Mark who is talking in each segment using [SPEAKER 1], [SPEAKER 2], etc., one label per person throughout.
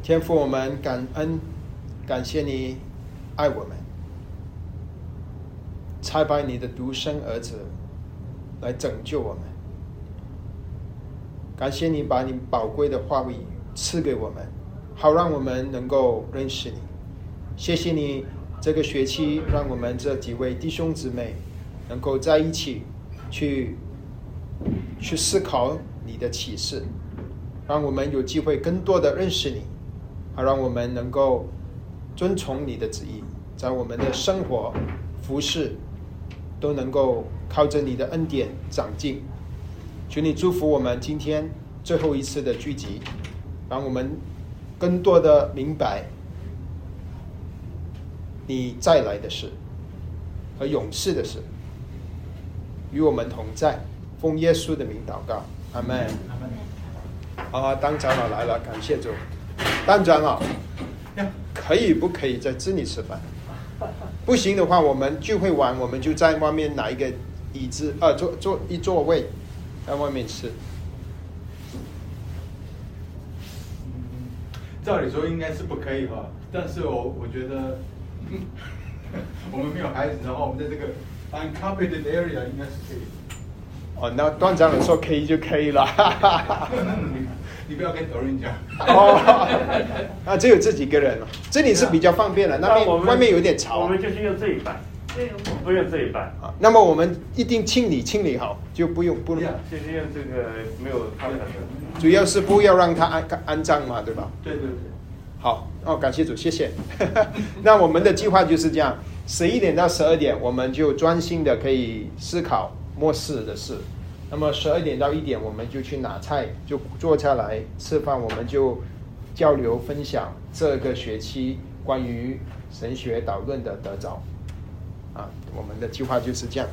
[SPEAKER 1] 天父，我们感恩，感谢你爱我们，差派你的独生儿子来拯救我们。感谢你把你宝贵的话语赐给我们，好让我们能够认识你。谢谢你这个学期让我们这几位弟兄姊妹能够在一起去思考你的启示，让我们有机会更多的认识你，好让我们能够遵从你的旨意，在我们的生活服事都能够靠着你的恩典长进。求你祝福我们今天最后一次的聚集，让我们更多的明白你再来的事和永世的事，与我们同在。奉耶稣的名祷告，阿们。当长老来了，感谢主。当长老，可以不可以在这里吃饭？不行的话，我们聚会完，我们就在外面拿一个椅子，座位，在外面吃。
[SPEAKER 2] 照理说应该是不可以哈，但是我觉得我们没有孩子的话，我们在这个 uncarpeted area 应该是可以。
[SPEAKER 1] 那段长老说可以就可以了。
[SPEAKER 2] 你不要跟头人讲。
[SPEAKER 1] 只有这几个人了，这里是比较方便了，那边外面有点吵。
[SPEAKER 3] 我们就是用这一半，不用这一半。
[SPEAKER 1] 那么我们一定清理好，就不用。
[SPEAKER 3] 就是用这个没有他的。
[SPEAKER 1] 主要是不要让他安葬嘛，对吧？
[SPEAKER 2] 对。
[SPEAKER 1] 好，感谢主，谢谢。那我们的计划就是这样，11点到12点，我们就专心的可以思考末世的事。那么12点到1点，我们就去拿菜，就坐下来吃饭，我们就交流分享这个学期关于神学导论的得着。我们的计划就是这样。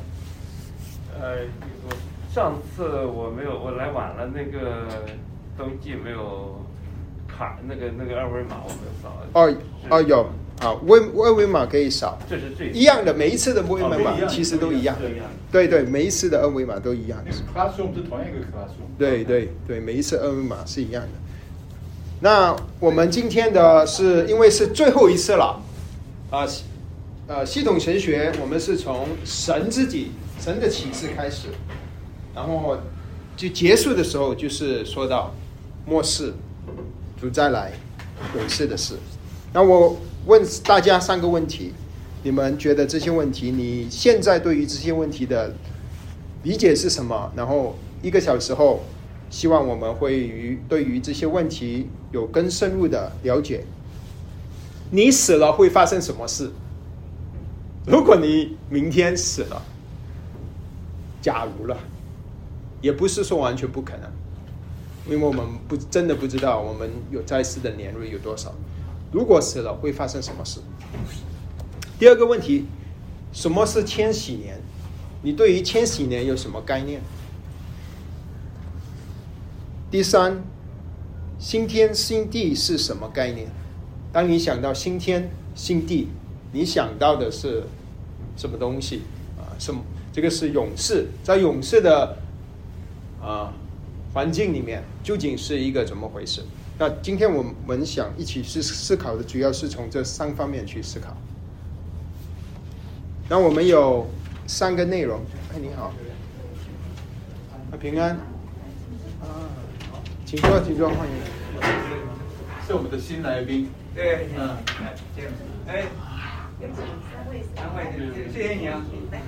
[SPEAKER 3] 上次我来晚了，那个登记没有卡，那个二维码我没有扫。
[SPEAKER 1] 有。二维码可以扫，
[SPEAKER 3] 这是最
[SPEAKER 1] 一样的，每一次的二维码其实都一样。对，每一次的二维码都一样。
[SPEAKER 2] classroom 是同一个 classroom。
[SPEAKER 1] 对，每一次二维码是一样的。那我们今天的是因为是最后一次了，系统神学我们是从神自己神的启示开始，然后就结束的时候就是说到末世主再来永世的事。那我问大家3个问题，你们觉得这些问题你现在对于这些问题的理解是什么？然后1个小时后希望我们会对于这些问题有更深入的了解。你死了会发生什么事？如果你明天死了，假如了，也不是说完全不可能，因为我们真的不知道我们有在世的年日有多少。如果死了会发生什么事？第2个问题，什么是千禧年？你对于千禧年有什么概念？第3，新天新地是什么概念？当你想到新天新地，你想到的是什么东西？这个是永世，在永世的环境里面，究竟是一个怎么回事？那今天我们想一起思考的，主要是从这3方面去思考。那我们有3个内容。你好，平安。请坐，欢迎。
[SPEAKER 2] 是我们的新来宾。
[SPEAKER 4] 对，谢谢你啊。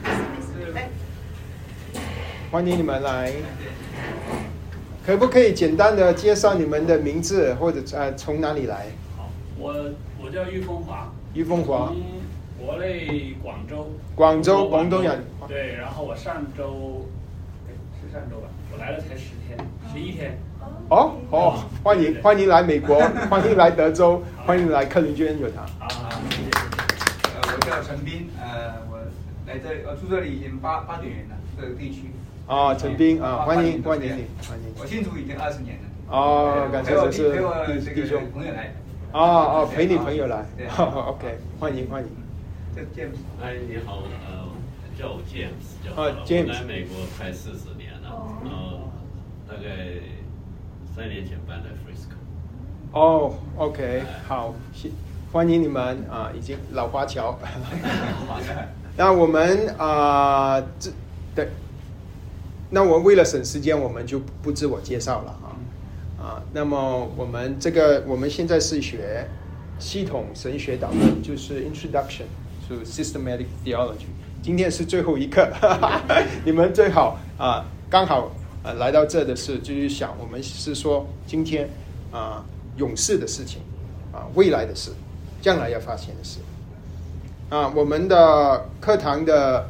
[SPEAKER 1] 欢迎你们来。可不可以简单的介绍你们的名字，或者从哪里来？
[SPEAKER 5] 好，我叫于风华。
[SPEAKER 1] 于风华。
[SPEAKER 5] 从国内
[SPEAKER 1] 广州广东人。
[SPEAKER 5] 对，然后我上周吧，我来了才10天，11天。
[SPEAKER 1] 欢迎来美国，欢迎来德州，欢迎来克林顿有堂。
[SPEAKER 4] 谢谢。我叫陈斌，我来住这里已经8年了，这个地区。
[SPEAKER 1] 陈斌欢迎你，欢迎。
[SPEAKER 4] 我信主已经20年了。
[SPEAKER 1] 感谢这是
[SPEAKER 4] 陪我弟兄朋友来。
[SPEAKER 1] 陪你朋友来。OK， 欢迎。
[SPEAKER 4] 这 James。
[SPEAKER 6] 你好，叫我 James。
[SPEAKER 1] James。
[SPEAKER 6] 我来美国快40年了，大概3年前搬来 Frisco。
[SPEAKER 1] OK， 好，欢迎你们啊，已经老华侨。那我们对，那我为了省时间，我们就不自我介绍了那么我们现在是学系统神学导论，就是 Introduction to Systematic Theology。今天是最后一课，你们最好刚好来到这的是，就是想我们是说今天永世的事情未来的事，将来要发现的事我们的课堂的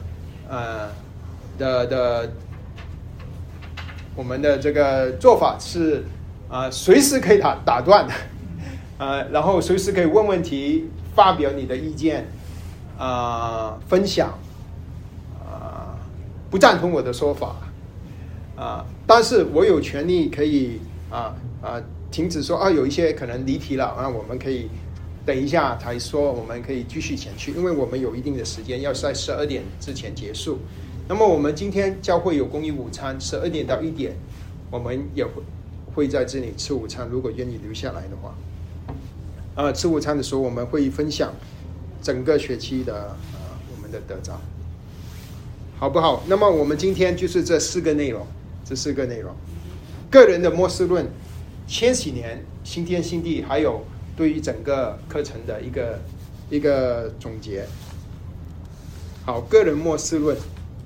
[SPEAKER 1] 我们的这个做法是随时可以打断然后随时可以问问题，发表你的意见分享不赞同我的说法但是我有权利可以停止说有一些可能离题了我们可以等一下才说，我们可以继续前去，因为我们有一定的时间要在12点之前结束。那么我们今天教会有公益午餐，12点到1点我们也会在这里吃午餐，如果愿意留下来的话吃午餐的时候我们会分享整个学期的我们的得着，好不好？那么我们今天就是这4个内容，个人的末世论、千禧年、新天新地，还有对于整个课程的一个总结。好，个人末世论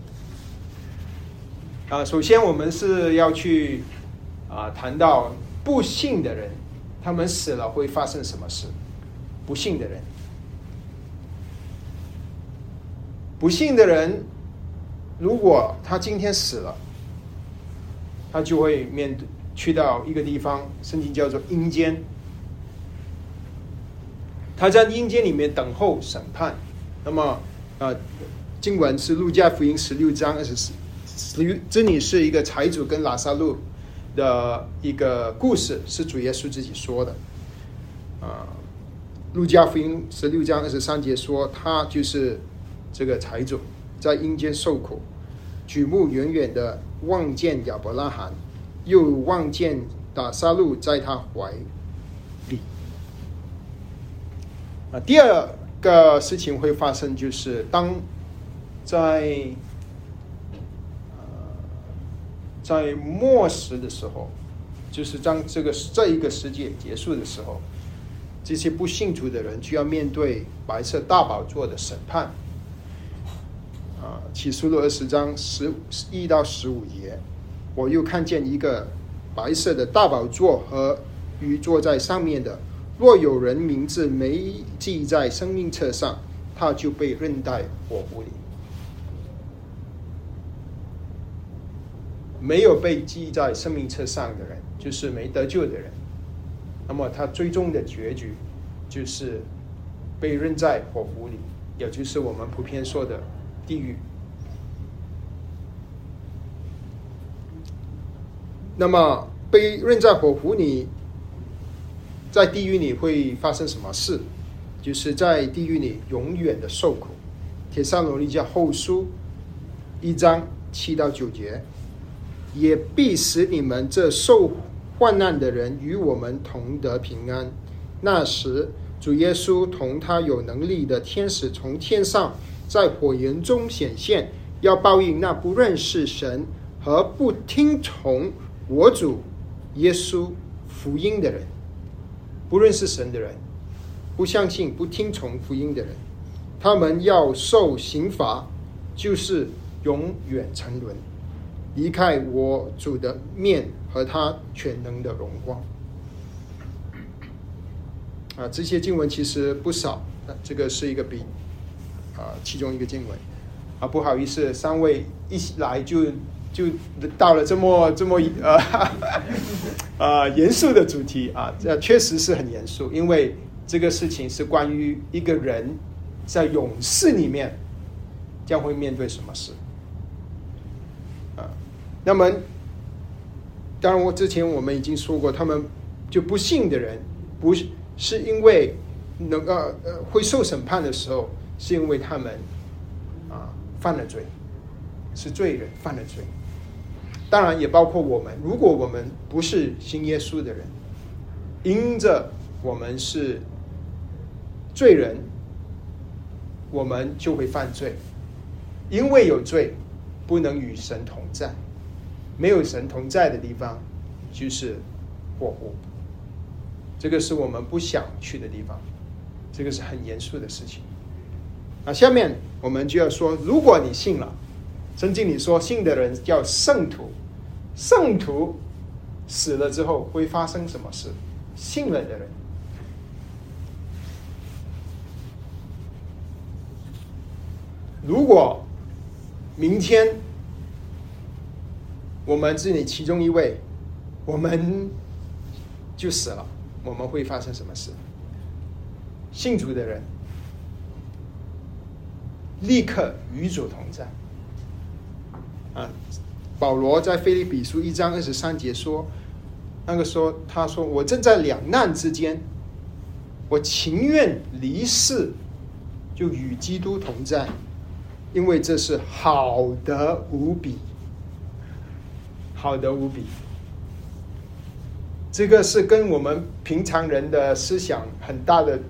[SPEAKER 1] 首先我们是要去谈到不幸的人，他们死了会发生什么事？不幸的人，如果他今天死了，他就会去到一个地方，圣经叫做阴间。他在阴间里面等候审判。那么经文是路加福音16章24，这里是一个财主跟拉撒路的一个故事，是主耶稣自己说的路加福音16章23节说，他就是这个财主在阴间受苦，举目远远的望见亚伯拉罕，又望见拉撒路在他怀里第二个事情会发生，就是当在末时的时候，就是当这一个世界结束的时候，这些不信主的人就要面对白色大宝座的审判启示录20章11到15节，我又看见一个白色的大宝座和鱼坐在上面的，若有人名字没记在生命册上，他就被扔在火湖里。没有被记在生命册上的人，就是没得救的人，那么他最终的结局就是被扔在火湖里，也就是我们普遍说的地狱。那么被扔在火湖里，在地狱里会发生什么事？就是在地狱里永远的受苦。帖撒罗尼迦后书1章7到9节，也必使你们这受患难的人与我们同得平安。那时主耶稣同他有能力的天使从天上在火焰中显现，要报应那不认识神和不听从我主耶稣福音的人。不认识神的人，不相信不听从福音的人，他们要受刑罚，就是永远沉沦，离开我主的面和他全能的荣光。这些经文其实不少，这个是一个其中一个经文不好意思，3位一来就到了这么严肃的主题这确实是很严肃，因为这个事情是关于一个人在永世里面将会面对什么事那么当然之前我们已经说过，他们就不信的人不是因为会受审判的时候，是因为他们犯了罪，是罪人犯了罪。当然也包括我们，如果我们不是信耶稣的人， 因着我们是罪人，我们就会犯罪，因为有罪，不能与神同在。没有神同在的地方，就是祸祸。这个是我们不想去的地方，这个是很严肃的事情。下面我们就要说，如果你信了，圣经里说信的人叫圣徒，圣徒死了之后会发生什么事？信了的人，如果明天我们是你其中一位，我们就死了，我们会发生什么事？信主的人立刻与主同在。保罗在腓立比书1章23节说，他说我正在两难之间，我情愿离世，就与基督同在，因为这是好得无比，好得无比。这个是跟我们平常人的思想很大的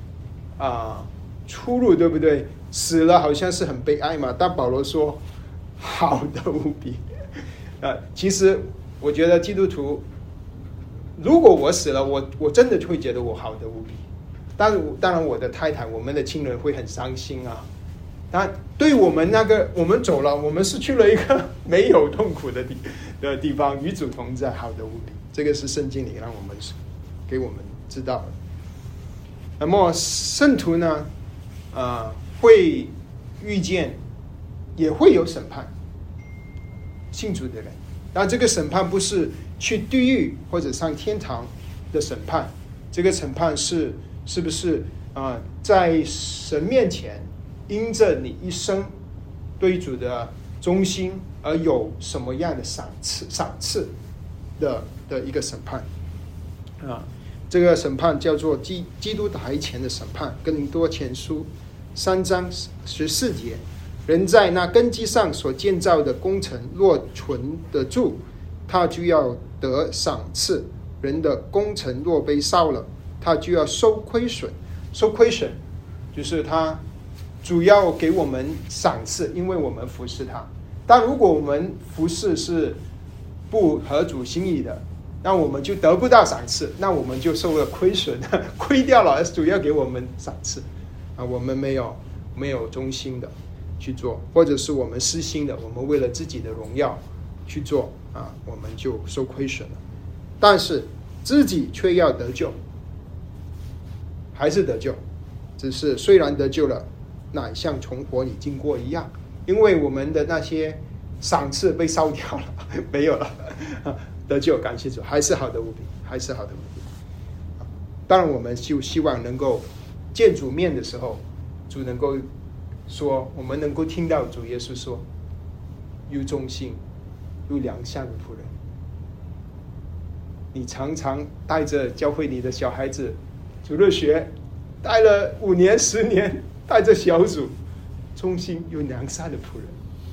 [SPEAKER 1] 出入，对不对？死了好像是很悲哀嘛，但保罗说好得无比。其实我觉得基督徒，如果我死了，我真的会觉得我好得无比。当然我的太太，我们的亲人会很伤心啊。但对我们我们走了，我们是去了一个没有痛苦的地方，与主同在，好得无比。这个是圣经里让我们给我们知道的。那么圣徒呢，会遇见，也会有审判。信主的人，但这个审判不是去地狱或者上天堂的审判，这个审判是不是在神面前，因着你一生对主的忠心而有什么样的赏赐的一个审判这个审判叫做基督台前的审判。哥林多前书3章14节，人在那根基上所建造的工程若存得住，他就要得赏赐；人的工程若被烧了，他就要受亏损。受亏损就是他主要给我们赏赐，因为我们服侍他。但如果我们服侍是不合主心意的，那我们就得不到赏赐，那我们就受了亏损，亏掉了主要给我们赏赐我们没有忠心的去做，或者是我们私心的，我们为了自己的荣耀去做我们就受亏损了。但是自己却要得救，还是得救，只是虽然得救了，乃像从火里经过一样，因为我们的那些赏赐被烧掉了，没有了得救，感谢主，还是好的无比，还是好的无比。当然我们就希望能够见主面的时候，主能够说，我们能够听到主耶稣说，又忠心又良善的仆人，你常常带着教会你的小孩子主日学，带了5年10年，带着小组，忠心又良善的仆人，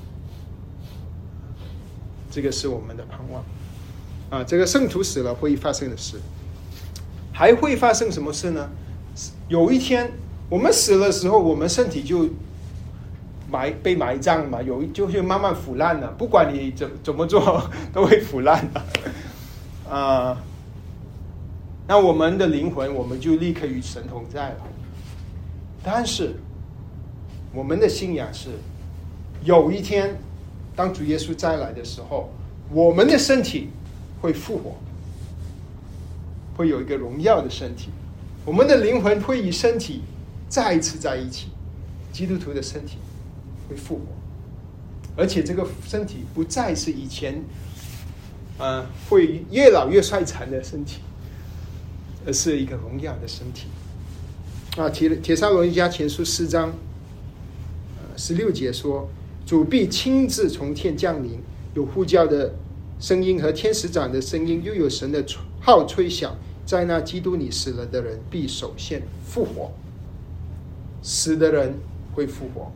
[SPEAKER 1] 这个是我们的盼望这个圣徒死了会发生的事。还会发生什么事呢？有一天我们死了的时候，我们身体就被埋葬嘛，就会慢慢腐烂了，不管你怎么做都会腐烂的那我们的灵魂我们就立刻与神同在了。但是我们的信仰是，有一天当主耶稣再来的时候，我们的身体会复活，会有一个荣耀的身体，我们的灵魂会与身体再一次在一起，基督徒的身体会复活，而且这个身体不再是以前会越老越衰残的身体，而是一个荣耀的身体帖撒罗尼迦前书4章16节说，主必亲自从天降临，有呼叫的声音和天使长的声音，又有神的号吹响，在那基督里死了的人必首先复活。死的人会复活。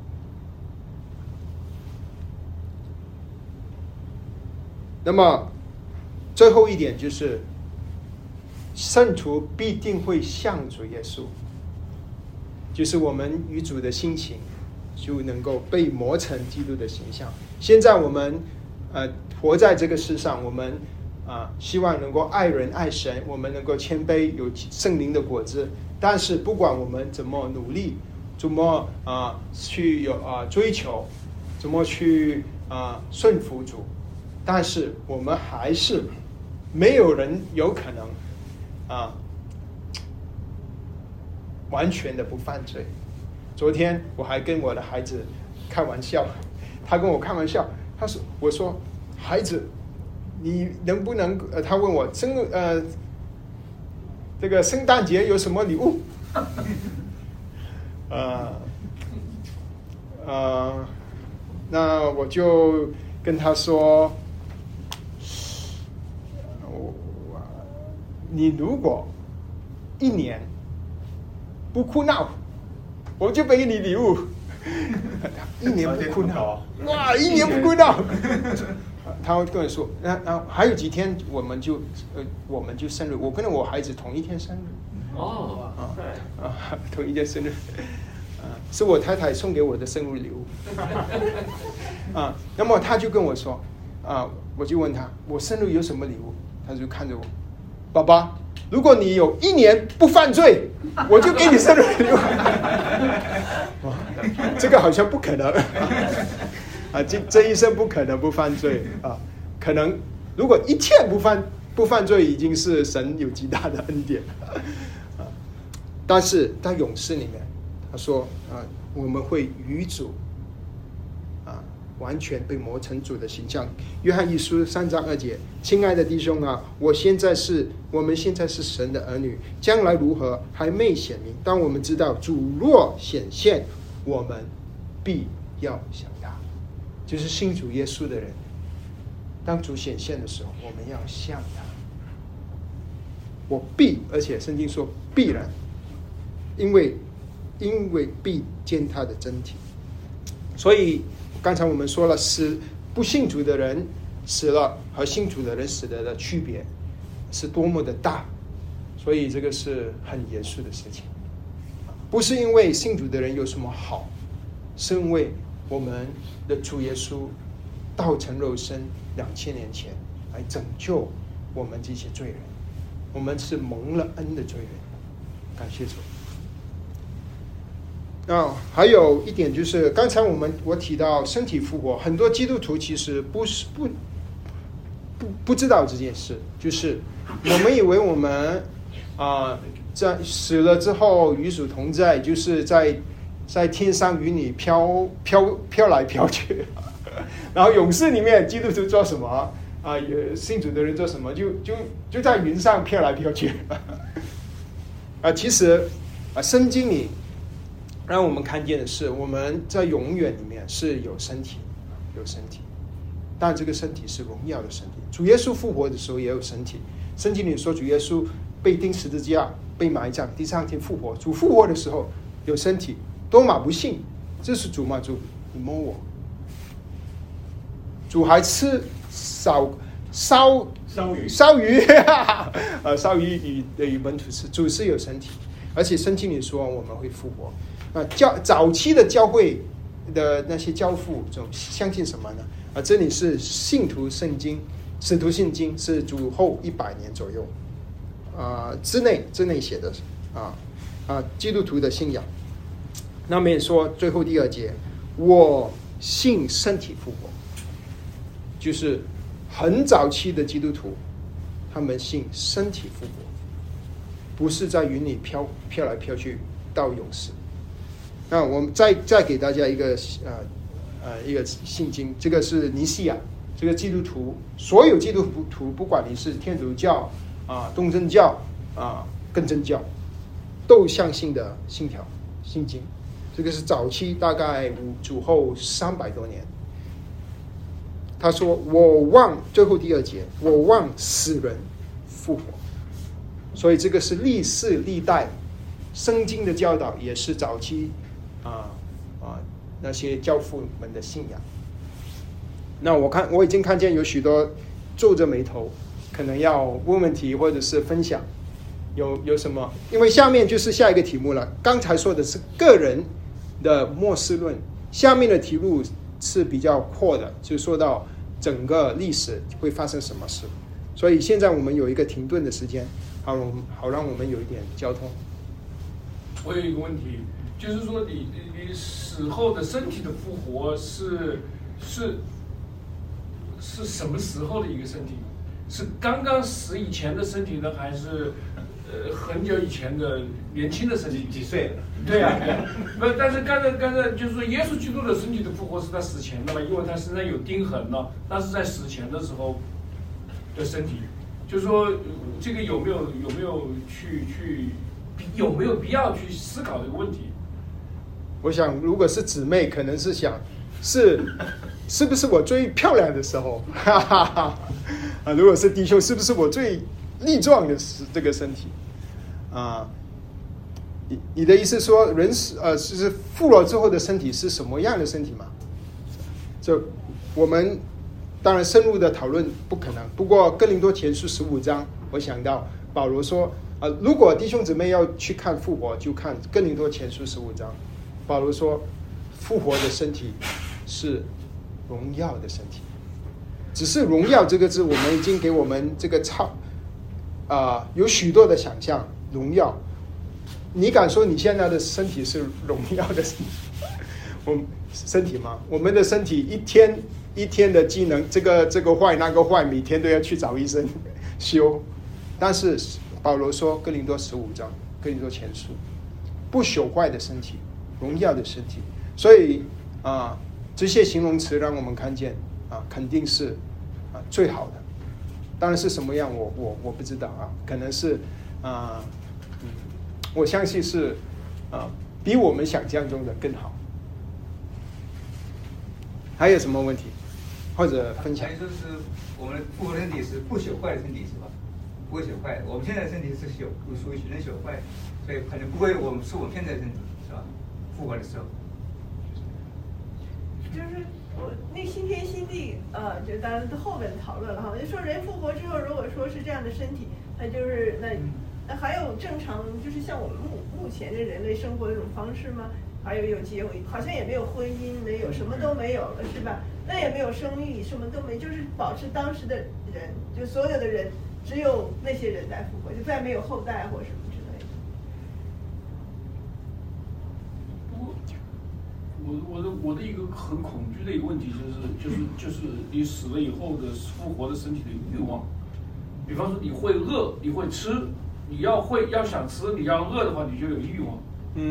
[SPEAKER 1] 那么最后一点就是圣徒必定会像主耶稣，就是我们与主的心情就能够被磨成基督的形象。现在我们活在这个世上，我们希望能够爱人爱神，我们能够谦卑，有圣灵的果子。但是不管我们怎么努力，怎么去追求，怎么去顺服主，但是我们还是没有人有可能完全的不犯罪。昨天我还跟我的孩子开玩笑，他跟我开玩笑，我说孩子，你能不能他问我这个圣诞节有什么礼物？那我就跟他说，你如果一年不哭闹，我就给你礼物。一年不哭闹，哇！一年不哭闹。他会跟我说，然后还有几天我们就生日，我跟我孩子同一天生日。同一天生日，是我太太送给我的生日礼物。那么他就跟我说，我就问他，我生日有什么礼物？他就看着我，爸爸，如果你有一年不犯罪，我就给你生日礼物。这个好像不可能。这一生不可能不犯罪可能如果一天不犯罪，已经是神有极大的恩典但是在勇士里面，他说我们会与主完全被磨成主的形象。约翰一书3章2节，亲爱的弟兄我们现在是神的儿女，将来如何还没显明，但我们知道主若显现，我们必要像他。就是信主耶稣的人，当主显现的时候，我们要像他。而且圣经说必然，因为必见他的真体。所以刚才我们说了，不信主的人死了和信主的人死了的区别是多么的大，所以这个是很严肃的事情。不是因为信主的人有什么好，是因为我们的主耶稣道成肉身2000年前来拯救我们这些罪人，我们是蒙了恩的罪人，感谢主。还有一点就是刚才我提到身体复活，很多基督徒其实不知道这件事，就是我们以为我们在死了之后与主同在，就是在天上与你飘来飘去然后勇士里面基督徒做什么信主的人做什么，就在云上飘来飘去其实圣经里让我们看见的是，我们在永远里面是有身体，但这个身体是荣耀的身体。主耶稣复活的时候也有身体，圣经里说主耶稣被钉十字架，被埋葬，第3天复活。主复活的时候有身体，多马不信，这是主吗？主，你摸我。主还吃烧鱼烧鱼与门徒吃，主是有身体，而且圣经里说我们会复活。早期的教会的那些教父相信什么呢？这里是信徒圣经，使徒信经是主后100年左右之内写的基督徒的信仰。那么也说最后第2节，我信身体复活，就是很早期的基督徒，他们信身体复活，不是在云里飘来飘去到永世。那我们再给大家一个信经，这个是尼西亚，这个基督徒，所有基督徒，不管你是天主教东正教更正教，都相信的信条信经。这个是早期大概主后300多年。他说我望，最后第2节，我望死人复活。所以这个是历世历代圣经的教导，也是早期那些教父们的信仰。那我已经看见有许多皱着眉头，可能要问问题或者是分享有什么？因为下面就是下一个题目了。刚才说的是个人的末世论，下面的题目是比较阔的，就说到整个历史会发生什么事。所以现在我们有一个停顿的时间，好让我们有一点交通。
[SPEAKER 5] 我有一个问题，就是说你死后的身体的复活是什么时候的一个身体？是刚刚死以前的身体呢，还是很久以前的年轻的身体？
[SPEAKER 2] 几岁了？
[SPEAKER 5] 对呀、不，但是刚才就是说，耶稣基督的身体的复活是在死前的嘛，因为他身上有钉痕了，那是在死前的时候的身体。就是说，这个有没有必要去思考这个问题？
[SPEAKER 1] 我想，如果是姊妹，可能是想是不是我最漂亮的时候？哈哈哈。如果是弟兄，是不是我最力壮的这个身体？你的意思说人就是复活之后的身体是什么样的身体吗？就我们当然深入的讨论不可能。不过哥林多前书15章，我想到保罗说如果弟兄姊妹要去看复活，就看哥林多前书15章。保罗说，复活的身体是荣耀的身体。只是荣耀这个字，我们已经给我们这个有许多的想象。荣耀，你敢说你现在的身体是荣耀的身体吗？我们的身体一天的机能，这个坏那个坏，每天都要去找医生修。但是保罗说，哥林多15章，哥林多前书，不朽坏的身体，荣耀的身体。所以这些形容词让我们看见肯定是最好的。当然是什么样我不知道可能是我相信是比我们想象中的更好。还有什么问题或者分享？
[SPEAKER 4] 就是我们复活的身体是不朽坏的身体是吧？不会朽坏。我们现在的身体是属于能朽坏，所以可能不会我们现在的身体是吧？复活的时候，
[SPEAKER 7] 就是我那新天新地就当然后面讨论了哈，就说人复活之后，如果说是这样的身体，那就是那还有正常就是像我们目前的人类生活的这种方式吗？还有结婚，好像也没有婚姻，没有什么都没有了，是吧？那也没有生育，什么都没，就是保持当时的人，就所有的人，只有那些人在复活，就再没有后代或什么之类的。
[SPEAKER 5] 我的一个很恐惧的一个问题就是你死了以后的复活的身体的欲望。比方说你会饿，你会吃，你要想吃，你要饿的话，你就有欲望。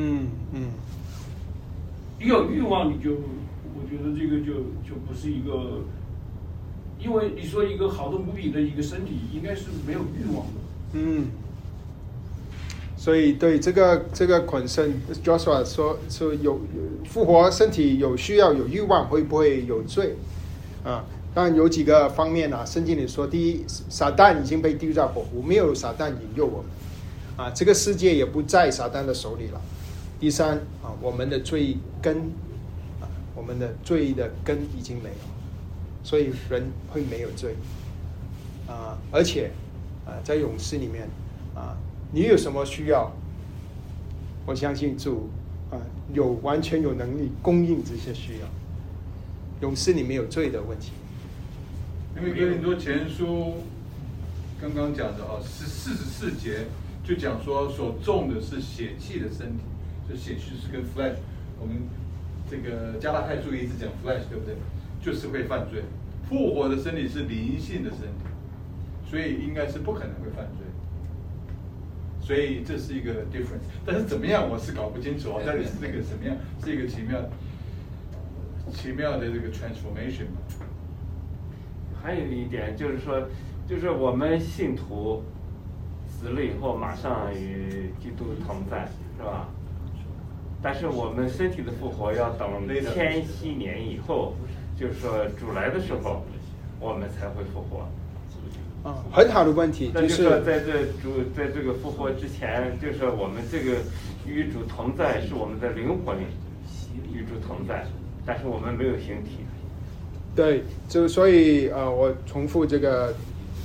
[SPEAKER 5] 你有欲望，我觉得这个就不是一个，因为你说一个好的无比的一个身体，应该是没有欲望的。
[SPEAKER 1] 所以对这个concern Joshua 说有复活身体有需要有欲望，会不会有罪当然有几个方面圣经里说，第一，撒旦已经被丢在火湖，没有撒旦引诱我们这个世界也不在撒旦的手里了。第三我们的罪根我们的罪的根已经没有，所以人会没有罪而且在永世里面你有什么需要，我相信主完全有能力供应这些需要。永世里没有罪的问题。
[SPEAKER 2] 因为哥林多前书刚刚讲的44节就讲说，所种的是血气的身体，就血气是跟 flesh， 我们这个加拉太书一直讲 flesh， 对不对？就是会犯罪。复活的身体是灵性的身体，所以应该是不可能会犯罪。所以这是一个 difference， 但是怎么样我是搞不清楚到底是这个什么样，是一个奇妙的这个 transformation。
[SPEAKER 3] 还有一点就是说，就是我们信徒死了以后马上与基督同在，是吧？但是我们身体的复活要等1000年以后，就是说主来的时候，我们才会复活。
[SPEAKER 1] 很好的问题，
[SPEAKER 3] 就是说在这个复活之前，就是我们这个与主同在，是我们的灵魂与主同在，但是我们没有形体。
[SPEAKER 1] 对，所以我重复这个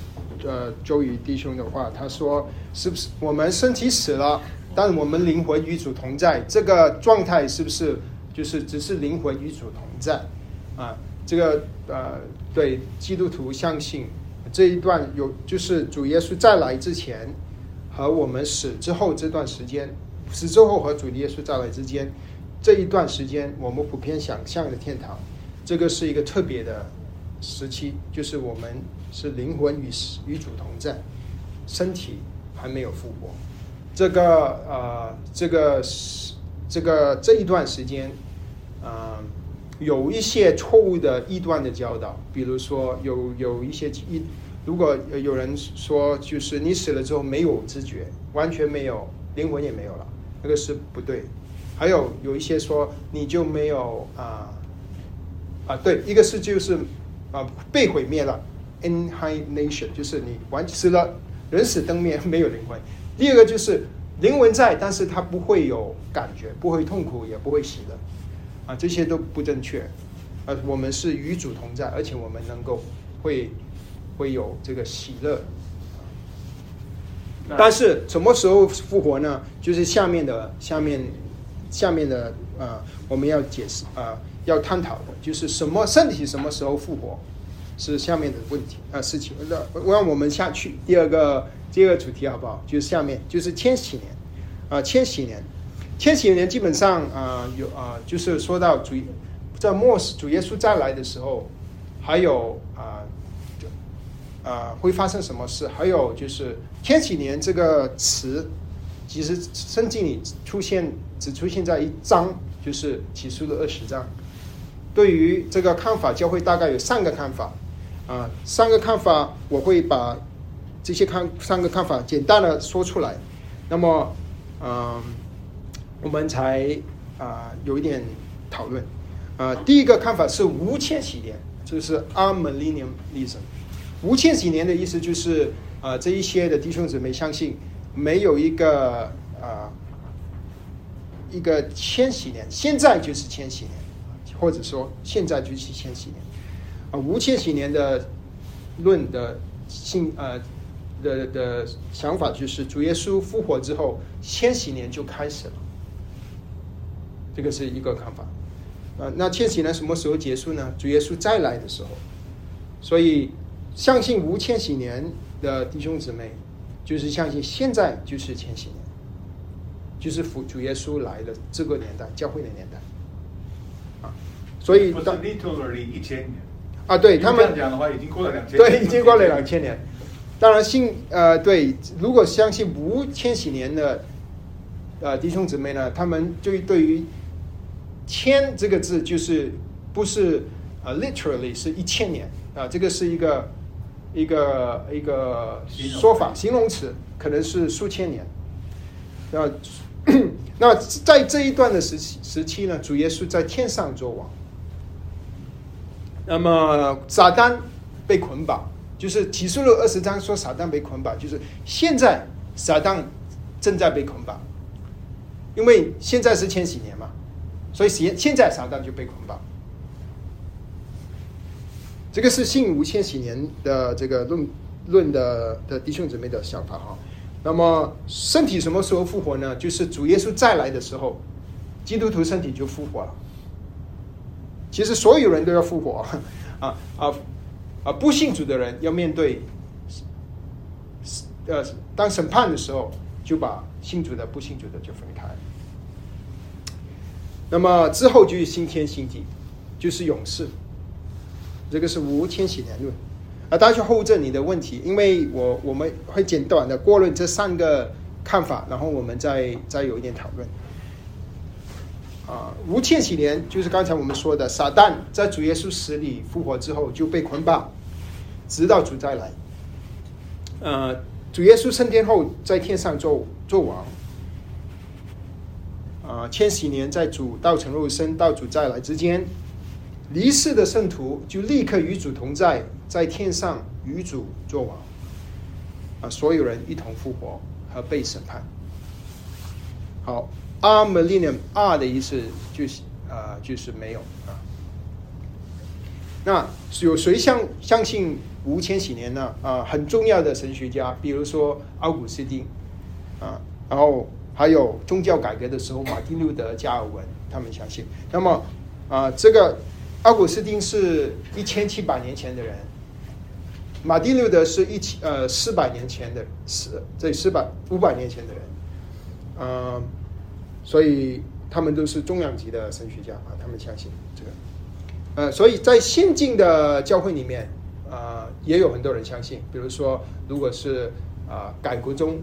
[SPEAKER 1] 周宇弟兄的话，他说是不是我们身体死了，但是我们灵魂与主同在，这个状态是不是就是只是灵魂与主同在啊？这个对基督徒相信这一段就是主耶稣再来之前和我们死之后这段时间，死之后和主耶稣再来之间这一段时间，我们普遍想象的天堂，这个是一个特别的时期，就是我们是灵魂与主同在，身体还没有复活。这一段时间，有一些错误的异端的教导，比如说有一些如果有人说就是你死了之后没有知觉，完全没有灵魂也没有了，那个是不对。还有一些说你就没有对，一个是就是被毁灭了 annihilation， 就是你完死了，人死灯灭，没有灵魂。第二个就是灵魂在，但是它不会有感觉，不会痛苦，也不会喜乐这些都不正确。我们是与主同在，而且我们能够会有这个喜乐。但是什么时候复活呢？就是下面的我们要解释要探讨的，就是身体什么时候复活，是下面的问题事情。让我们下去第二个主题好不好？就是下面就是千禧年基本上就是说到在末世主耶稣再来的时候，还有会发生什么事？还有就是千禧年这个词，其实圣经里只出现在一章，就是启示录20章。对于这个看法，教会大概有3个看法3个看法，我会把这些3个看法简单的说出来。那么我们才有一点讨论。第一个看法是无千禧年，就是 amillennialism。无千禧年的意思就是这一些的弟兄姊妹相信没有一个千禧年，现在就是千禧年，或者说现在就是千禧年。无千禧年的论的的想法就是主耶稣复活之后，千禧年就开始了，这个是一个看法。那千禧年什么时候结束呢？主耶稣再来的时候。所以相信无千禧年的弟兄姊妹，就是相信现在就是千禧年，就是主耶稣来的这个年代，教会的年代所以
[SPEAKER 2] 不是 literally 1000年
[SPEAKER 1] 对他们
[SPEAKER 2] 这样讲的话，已经过了2000年。
[SPEAKER 1] 对，已经过了2000年。当然对，如果相信无千禧年的弟兄姊妹呢，他们就对于千这个字就是不是literally 是1000年这个是一个说法，形容词，可能是数千年。那在这一段的时期呢，主耶稣在天上作王。那么撒旦被捆绑，就是启示录20章说撒旦被捆绑，就是现在撒旦正在被捆绑，因为现在是千禧年嘛，所以现在撒旦就被捆绑。这个是信无千禧年的这个论的弟兄姊妹的想法那么身体什么时候复活呢？就是主耶稣再来的时候，基督徒身体就复活了。其实所有人都要复活不信主的人要面对当审判的时候，就把信主的不信主的就分开。那么之后就是新天新地，就是永世。这个是无千禧年论大家后证你的问题，因为我们会简短的过论这3个看法，然后我们再有一点讨论。无千禧年就是刚才我们说的，撒旦在主耶稣死里复活之后就被捆绑，直到主再来。主耶稣升天后在天上做王。千禧年在主道成肉身到主再来之间，离世的圣徒就立刻与主同在，在天上与主作王。所有人一同复活和被审判。好。amillennium 的意思就是没有那有谁相信无千禧年呢很重要的神学家，比如说奥古斯丁然后还有宗教改革的时候马丁路德、加尔文，他们相信。那么这个奥古斯丁是1700年前的人，马丁路德是400年前的500年前的人，所以他们都是重量级的神学家他们相信这个。所以在现今的教会里面也有很多人相信，比如说如果是改革中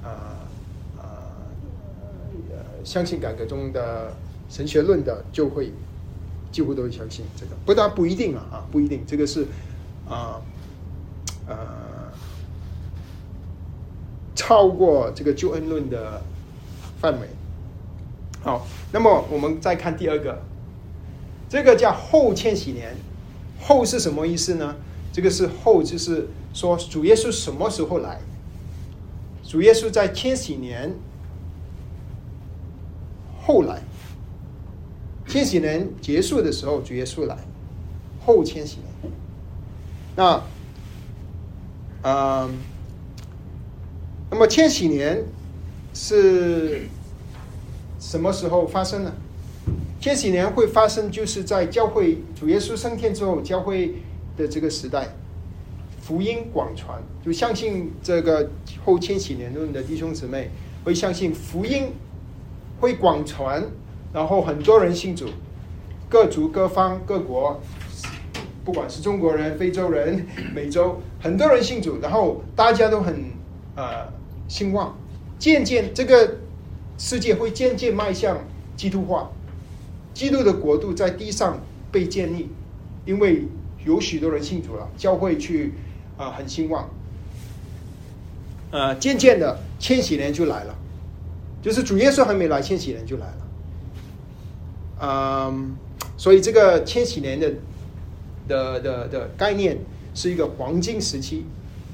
[SPEAKER 1] 相信改革中的神学论的，就会几乎都会相信这个。当然不一定不一定，这个是超过这个救恩论的范围。好，那么我们再看第二个，这个叫后千禧年。后是什么意思呢？这个是后，就是说主耶稣什么时候来？主耶稣在千禧年后来，千禧年结束的时候主耶稣来，后千禧年。那么千禧年是什么时候发生呢？千禧年会发生就是在教会主耶稣升天之后，教会的这个时代，福音广传，就相信这个后千禧年论的弟兄姊妹会相信福音会广传，然后很多人信主，各族各方各国，不管是中国人、非洲人、美洲，很多人信主，然后大家都很兴旺，渐渐这个世界会渐渐迈向基督化，基督的国度在地上被建立，因为有许多人信主了，教会去很兴旺，渐渐的千禧年就来了，就是主耶稣还没来，千禧年就来了。所以这个千禧年的概念是一个黄金时期，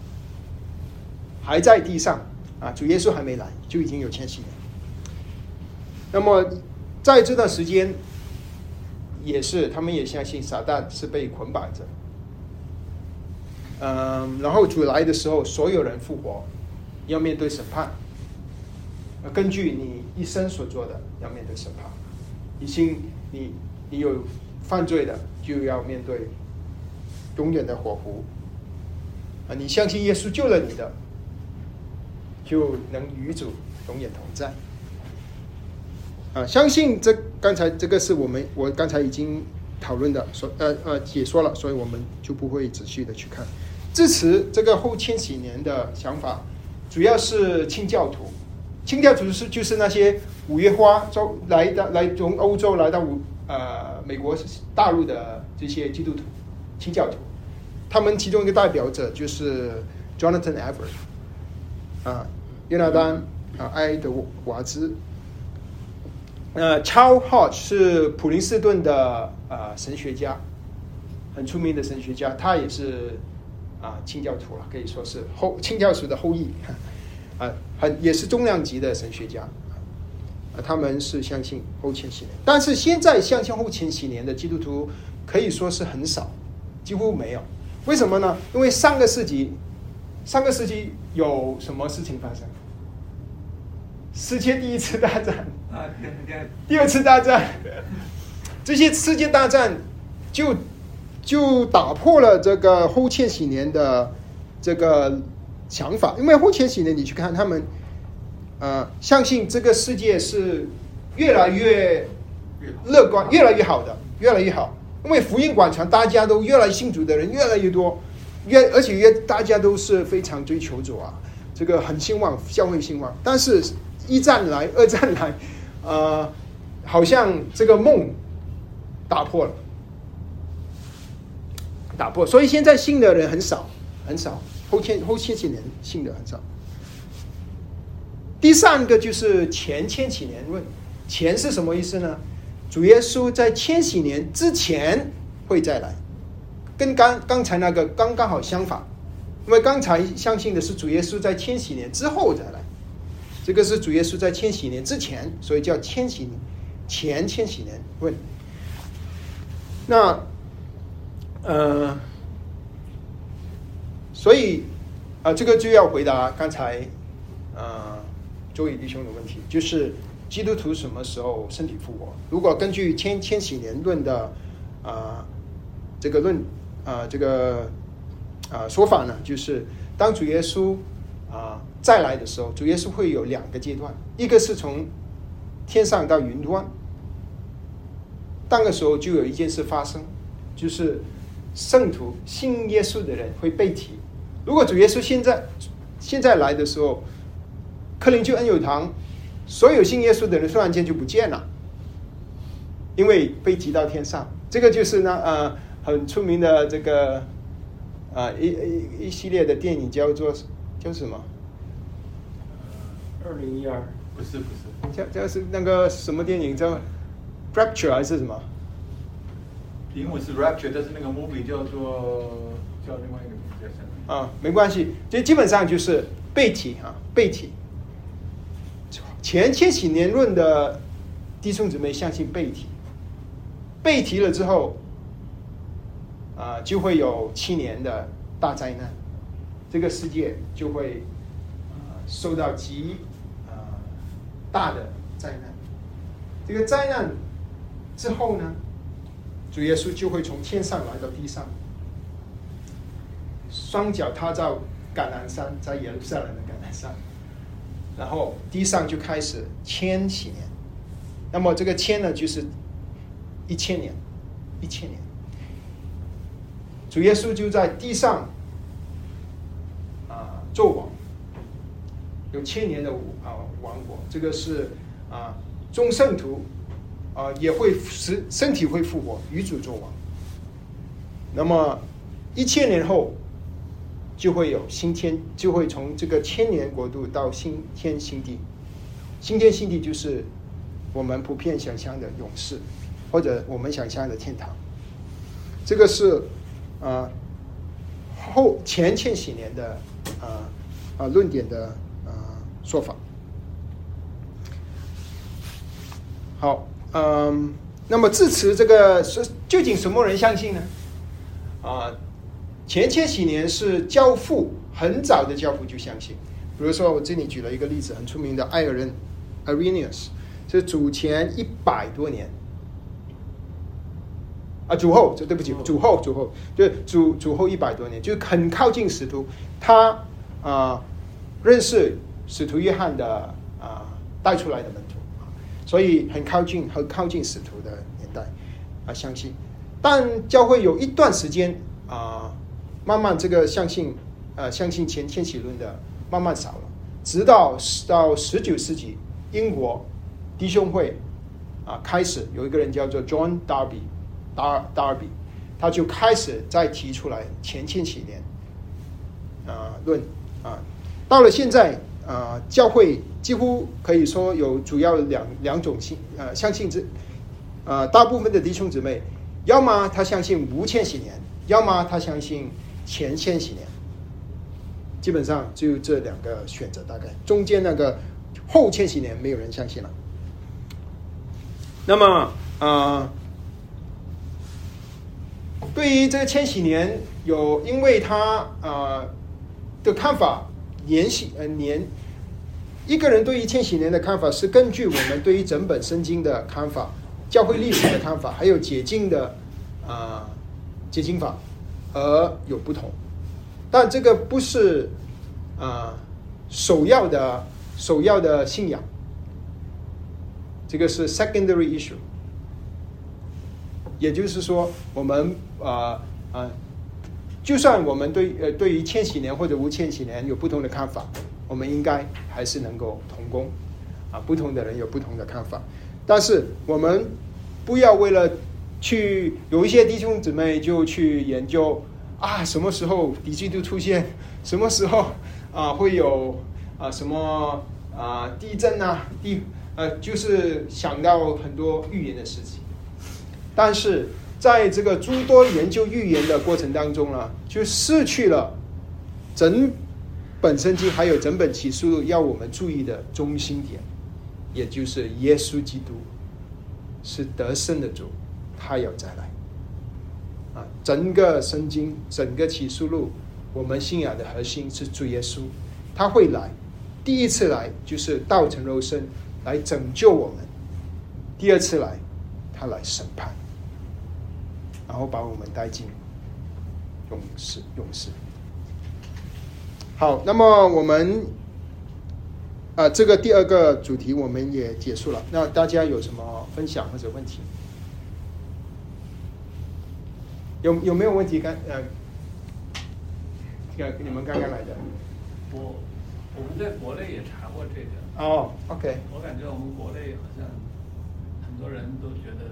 [SPEAKER 1] 还在地上主耶稣还没来，就已经有千禧年。那么在这段时间，也是他们也相信撒旦是被捆绑着。然后主来的时候，所有人复活，要面对审判。根据你一生所做的，要面对审判。你有犯罪的，就要面对永远的火湖。你相信耶稣救了你的，就能与主永远同在。相信刚才这个是我刚才已经讨论的，解说了，所以我们就不会仔细的去看。支持这个后千禧年的想法，主要是清教徒。清教徒就是那些五月花来从欧洲来到美国大陆的这些基督徒，清教徒。他们其中一个代表者就是 Jonathan Edwards，约拿丹埃德华兹。Charles Hodge 是普林斯顿的神学家，很出名的神学家，他也是清教徒了，可以说是清教徒的后裔，也是重量级的神学家。他们是相信后千禧年，但是现在相信后千禧年的基督徒可以说是很少，几乎没有。为什么呢？因为上个世纪有什么事情发生？世界第一次大战，第二次大战，这些世界大战就打破了这个后千禧年的这个想法。因为后千禧年你去看他们相信这个世界是越来越乐观，越来越好的，越来越好。因为福音广传，大家都越来信主的人越来越多，而且大家都是非常追求主这个很兴旺，教会兴旺。但是一战来，二战来，好像这个梦打破了，所以现在信的人很少，后千禧年信的很少。第三个就是前千禧年论，前是什么意思呢？主耶稣在千禧年之前会再来，跟刚才那个刚好相反。因为刚才相信的是主耶稣在千禧年之后再来，这个是主耶稣在千禧年之前，所以叫前千禧年论。那所以这个就要回答刚才周宇弟兄的问题，就是基督徒什么时候身体复活？如果根据千禧年论的这个说法呢，就是当主耶稣再来的时候，主耶稣会有2个阶段，一个是从天上到云端，当个时候就有一件事发生，就是圣徒信耶稣的人会被提。如果主耶稣现在来的时候，克林就恩友堂所有信耶稣的人突然间就不见了，因为被提到天上。这个就是很出名的这个一系列的电影叫什么
[SPEAKER 3] ？2012
[SPEAKER 2] 不是
[SPEAKER 1] 叫是那个什么电影叫 Rapture 还是什么？
[SPEAKER 2] 英文是 Rapture， 但是那个 movie 叫另外一个名字叫
[SPEAKER 1] 没关系，就基本上就是被提。前千禧年论的弟兄姊妹相信被提了之后就会有7年的大灾难，这个世界就会受到极大的灾难。这个灾难之后呢，主耶稣就会从天上来到地上，双脚踏在橄榄山，在耶路撒冷的橄榄山，然后地上就开始千禧年。那么这个千呢，就是1000年。主耶稣就在地上做王，有1000年的王国。这个是众圣徒也会身体会复活，与主做王。那么1000年后就会有新天，就会从这个1000年国度到新天新地。新天新地就是我们普遍想象的永世，或者我们想象的天堂。这个是前千禧年的论点的说法。好，那么至此这个究竟什么人相信呢？前千禧年是教父，很早的教父就相信。比如说我这里举了一个例子，很出名的艾尔人 Irenaeus， 是主前100多年。主后，对不起，主后，就主后100多年，就很靠近使徒。他认识使徒约翰的带出来的门徒，所以很靠近使徒的年代相信。但教会有一段时间慢慢这个相信前千禧论的慢慢少了，直到19世纪英国弟兄会开始有一个人叫做 John Darby，他就开始再提出来前千禧年论到了现在教会几乎可以说有主要两种相信大部分的弟兄姊妹，要么他相信无千禧年，要么他相信前千禧年，基本上就这2个选择，大概中间那个后千禧年没有人相信了。那么对于这个千禧年因为他的看法一个人对于千禧年的看法是根据我们对于整本圣经的看法、教会历史的看法，还有解经的解经法而有不同，但这个不是首要的信仰，这个是 secondary issue。也就是说，我们就算我们对于千禧年或者无千禧年有不同的看法，我们应该还是能够同工不同的人有不同的看法，但是我们不要为了有一些弟兄姊妹就去研究什么时候敌基督出现，什么时候会有什么地震就是想到很多预言的事情。但是在这个诸多研究预言的过程当中呢，就失去了整本圣经还有整本启示录要我们注意的中心点，也就是耶稣基督是得胜的主，他要再来整个圣经整个启示录我们信仰的核心是主耶稣，他会来，第一次来就是道成肉身来拯救我们，第二次来他来审判，然后把我们带进永世。好，那么我们这个第二个主题我们也结束了。那大家有什么分享或者问题？有没有问题？你们刚刚来的。
[SPEAKER 8] 我们在国内也查过这个。
[SPEAKER 1] 哦 ，OK。
[SPEAKER 8] 我感觉我们国内好像很多人都觉得，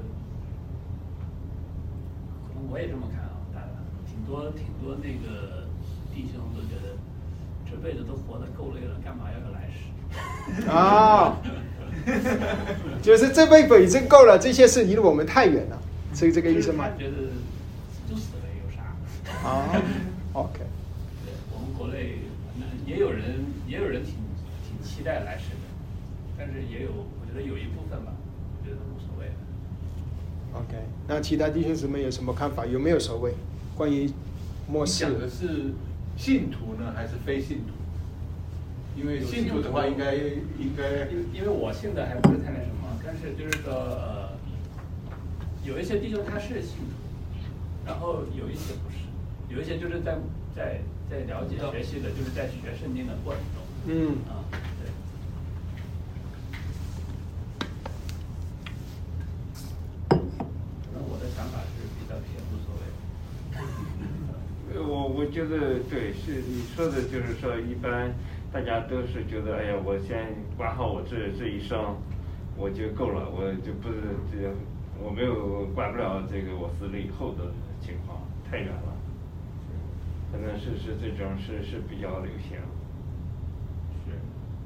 [SPEAKER 8] 可能我也这么看啊，挺多那个弟兄都觉得，这辈子都活得够累了，干嘛要个来世？
[SPEAKER 1] 啊，就是这辈子已经够了，这些事离我们太远了，是这个意思吗？
[SPEAKER 8] 他觉得都死了有啥？
[SPEAKER 1] 啊 ，OK。
[SPEAKER 8] 对，我们国内也有人挺期待来世的，但是我觉得有一部分吧，我觉得无所谓。
[SPEAKER 1] OK， 那其他弟兄姊妹有什么看法？有没有所谓关于末世？
[SPEAKER 2] 讲的是信徒呢，还是非信徒？因为信徒的话，应该，
[SPEAKER 8] 因为我信的还不是太那什么，但是就是说，有一些弟兄他是信徒，然后有一些不是，有一些就是在了解学习的，就是在学圣经的过程中，对。可能我的想法是比较偏无所谓。
[SPEAKER 3] 我觉得对，是你说的，就是说一般大家都是觉得，哎呀，我先管好我这一生，我就够了，我就不是我没有管不了这个我死了以后的情况，太远了。可能是这种是比较流行。是。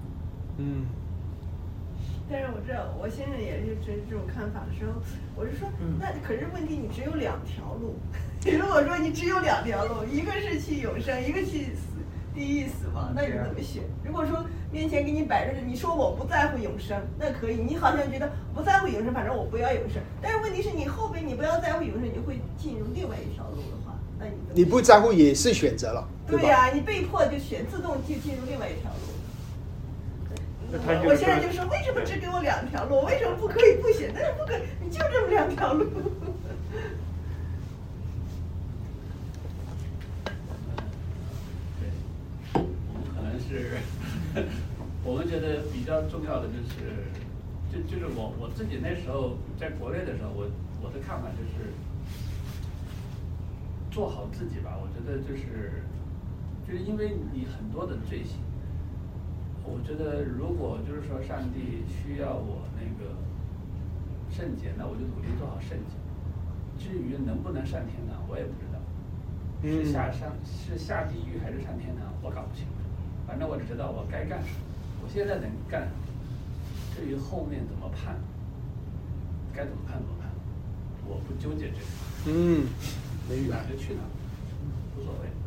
[SPEAKER 7] 但是我知道，我先生也是这种看法的时候，我是说，那可是问题，你只有2条路。如果说你只有2条路，一个是去永生，一个去地狱死亡，那你怎么选？如果说面前给你摆着，你说我不在乎永生，那可以，你好像觉得不在乎永生，反正我不要永生。但是问题是你后边你不要在乎永生，你就会进入另外一条路的话，那你
[SPEAKER 1] 不在乎也是选择了，
[SPEAKER 7] 对呀，你被迫就自动就进入另外一条路。我现在就说，为什么只给我2条路？为什么不可以不选？但是不可以，你就这么2条路。
[SPEAKER 8] 对，我们可能是，我们觉得比较重要的就是我自己那时候在国内的时候，我的看法就是做好自己吧。我觉得就是因为你很多的罪行。我觉得，如果就是说上帝需要我那个圣洁，那我就努力做好圣洁。至于能不能上天堂，我也不知道。是下地狱还是上天堂，我搞不清楚。反正我只知道我该干什么，我现在能干什么。至于后面怎么判，该怎么判，我不纠结这个。去哪就去哪，无所谓。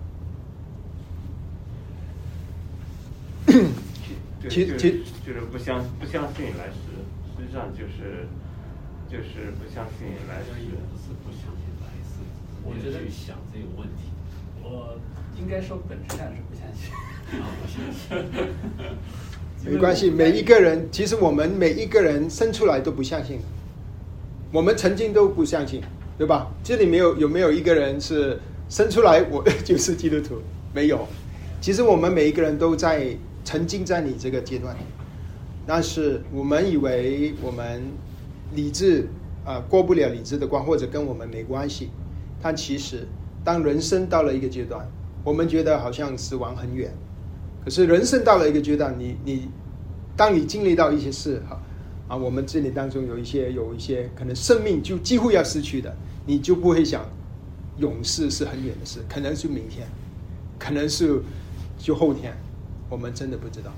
[SPEAKER 3] 就是不相信来世，实际上就是不相信来世。
[SPEAKER 6] 不是不相信来世，
[SPEAKER 8] 我觉得
[SPEAKER 6] 去想这个问题。
[SPEAKER 8] 我应该说本质上是不相信。
[SPEAKER 6] 不相信。
[SPEAKER 1] 没关系，每一个人，其实我们每一个人生出来都不相信，我们曾经都不相信，对吧？这里有没有一个人是生出来我就是基督徒？没有。其实我们每一个人都曾经在你这个阶段，但是我们以为我们理智过不了理智的关，或者跟我们没关系。但其实当人生到了一个阶段，我们觉得好像死亡很远，可是人生到了一个阶段，当你经历到一些事我们这里当中有一些可能生命就几乎要失去的，你就不会想永世是很远的事，可能是明天，可能是就后天。我们真的不知道，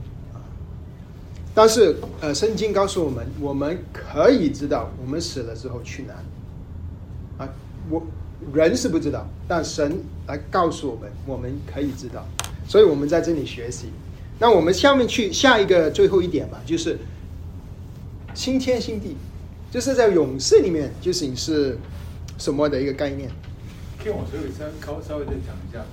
[SPEAKER 1] 但是圣经告诉我们，我们可以知道我们死了之后去哪人是不知道，但神来告诉我们，我们可以知道，所以我们在这里学习。那我们下面去下一个最后一点吧，就是新天新地，就是在永世里面究竟是什么的一个概念？
[SPEAKER 2] 听我稍微再讲一下吧。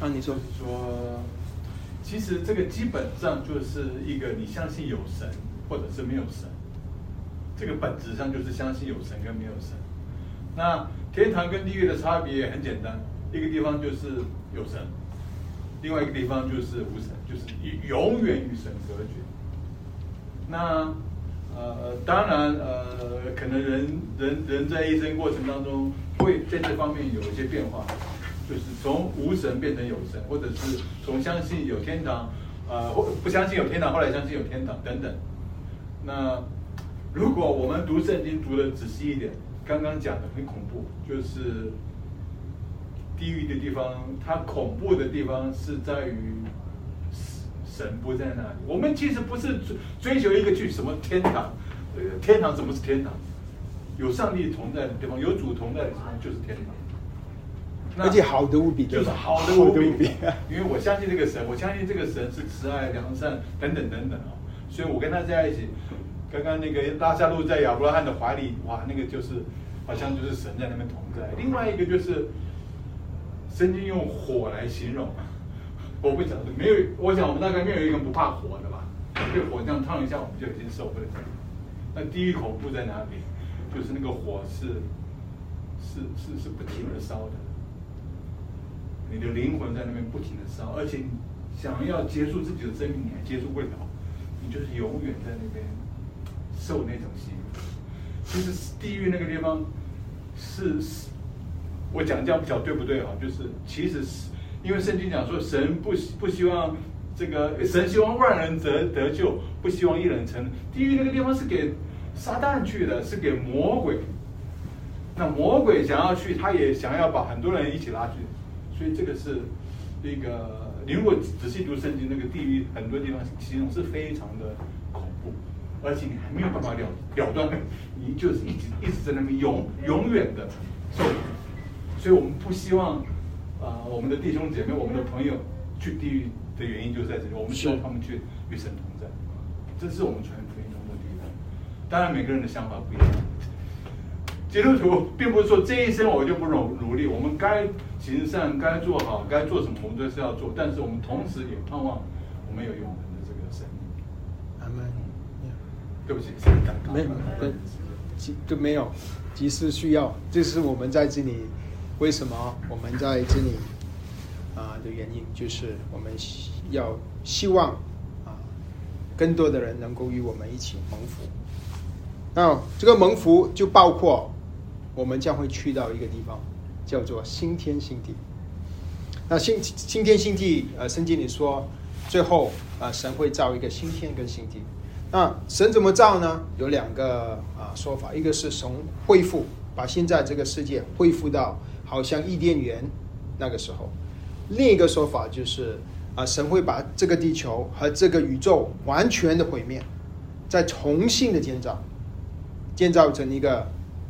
[SPEAKER 1] 你说。
[SPEAKER 2] 就是说，其实这个基本上就是一个你相信有神，或者是没有神。这个本质上就是相信有神跟没有神。那天堂跟地狱的差别也很简单，一个地方就是有神，另外一个地方就是无神，就是永远与神隔绝。那当然可能人在一生过程当中会在这方面有一些变化，就是从无神变成有神，或者是从相信有天堂，或不相信有天堂，后来相信有天堂等等。那如果我们读圣经读的仔细一点，刚刚讲的很恐怖，就是地狱的地方，它恐怖的地方是在于神不在那里。我们其实不是追求一个去什么天堂，天堂什么是天堂？有上帝同在的地方，有主同在的地方就是天堂。
[SPEAKER 1] 而且好的无比，
[SPEAKER 2] 就是好的无比。因为我相信这个神，我相信这个神是慈爱、良善等等等等啊，所以我跟他在一起。刚刚那个拉撒路在亚伯拉罕的怀里，哇，那个就是好像就是神在那边同在。另外一个就是圣经用火来形容，我不晓得，没有，我想我们大概没有一个人不怕火的吧？被火这样烫一下，我们就已经受不了。那地狱恐怖在哪里？就是那个火是不停的烧的，你的灵魂在那边不停的烧，而且你想要结束自己的生命，你还结束不了，你就是永远在那边受那种刑。其实地狱那个地方是我讲这样不晓得对不对啊？就是其实是因为圣经讲说神不希望这个，神希望万人得救，不希望一人成。地狱那个地方是给撒旦去的，是给魔鬼。那魔鬼想要去，他也想要把很多人一起拉去，所以这个是一个，你如果仔细读圣经，那个地狱很多地方形容是非常的恐怖，而且你还没有办法了断，你就是一直在那边永远的受苦。所以我们不希望我们的弟兄姐妹、我们的朋友去地狱的原因就在这里，我们希望他们去与神同在，这是我们传福音的目的。当然每个人的想法不一样。基督徒并不是说这一生我就不努力，我们该行善、该做好、该做什么，我们都是要做。但是我们同时也盼望我们有永恒的这个生命。
[SPEAKER 1] 阿门。
[SPEAKER 2] 对不起，
[SPEAKER 1] 没有，就没有，即使需要，这是我们在这里，为什么我们在这里的原因，就是我们希望更多的人能够与我们一起蒙福。那这个蒙福就包括我们将会去到一个地方，叫做新天新地。那新天新地，圣经里说，最后神会造一个新天跟新地。那神怎么造呢？有两个说法，一个是从恢复，把现在这个世界恢复到好像伊甸园那个时候；另一个说法就是神会把这个地球和这个宇宙完全的毁灭，再重新的建造成一个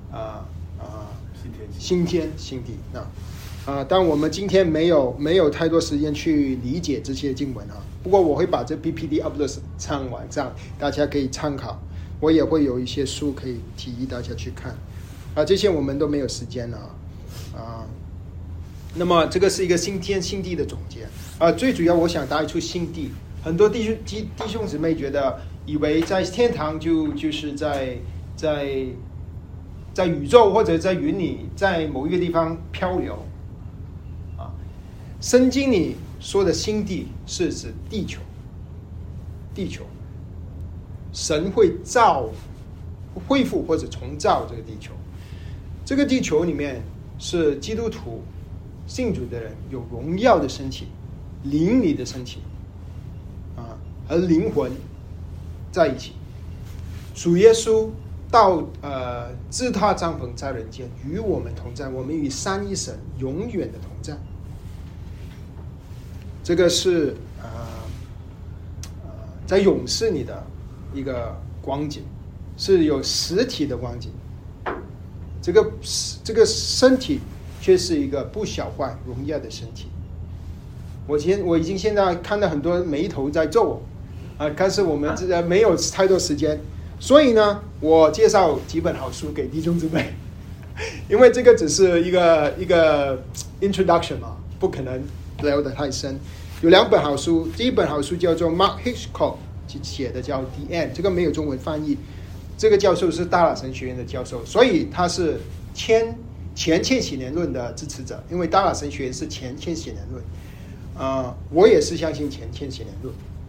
[SPEAKER 1] 新天新地。那但我们今天没有太多时间去理解这些经文不过我会把这 PPT upload 上网上，大家可以参考。我也会有一些书可以提议大家去看这些我们都没有时间了那么这个是一个新天新地的总结最主要我想带出新地。很多弟兄姊妹以为在天堂就是在宇宙或者在云里，在某一个地方漂流圣经里说的新地是指地球，神会恢复或者重造这个地球。这个地球里面是基督徒信主的人有荣耀的身体，灵里的身体和灵魂在一起。主耶稣到自他帐篷在人间，与我们同在，我们与三一神永远的同在。这个是在永世里的一个光景，是有实体的光景。这个身体却是一个不朽坏荣耀的身体。我已经现在看到很多眉头在皱但是我们没有太多时间，所以呢，我介绍几本好书给弟兄姊妹，因为这个只是一个 introduction 不可能聊得太深。有2本好书，第一本好书叫做 Mark Hitchcock 写的，叫 The End， 这个没有中文翻译。这个教授是大拉神学院的教授，所以他是前千禧年论的支持者，因为大拉神学院是前千禧年论。我也是相信前千禧年论。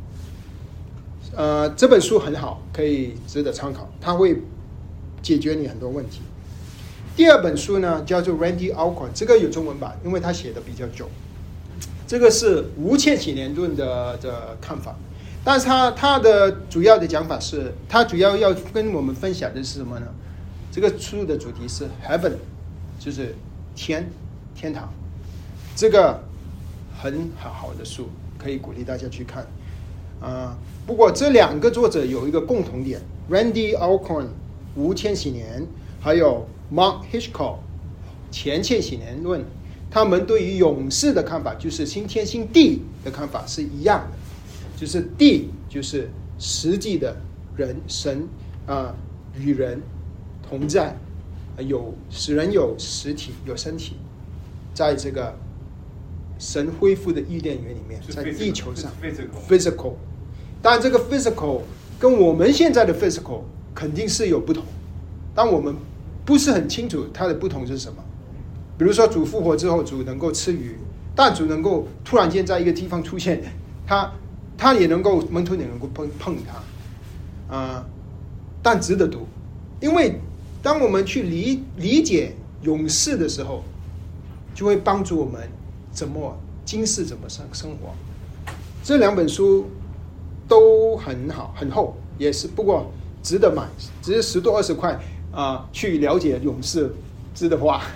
[SPEAKER 1] 这本书很好，可以值得参考，它会解决你很多问题。第2本书呢叫做 Randy Alcorn， 这个有中文版，因为他写的比较久。这个是无千禧年论的看法，但是他的主要的讲法是，他主要要跟我们分享的是什么呢？这个书的主题是 Heaven， 就是天堂。这个很好的书，可以鼓励大家去看。不过这2个作者有一个共同点 ，Randy Alcorn 无千禧年，还有 Mark Hitchcock 前千禧年论，他们对于永世的看法，就是新天新地的看法是一样的，就是地就是实际的神与人同在，使人有实体有身体，在这个神恢复的伊甸园里面，在地球上 physical， 当然这个 physical 跟我们现在的 physical 肯定是有不同，但我们不是很清楚它的不同是什么。比如说主复活之后，主能够吃鱼，但主能够突然间在一个地方出现，他也能够门徒也能够碰他，但值得读，因为当我们去理解永世的时候，就会帮助我们今世怎么生活。这2本书都很好，很厚，也是不过值得买，只是10多20块去了解永世值得花。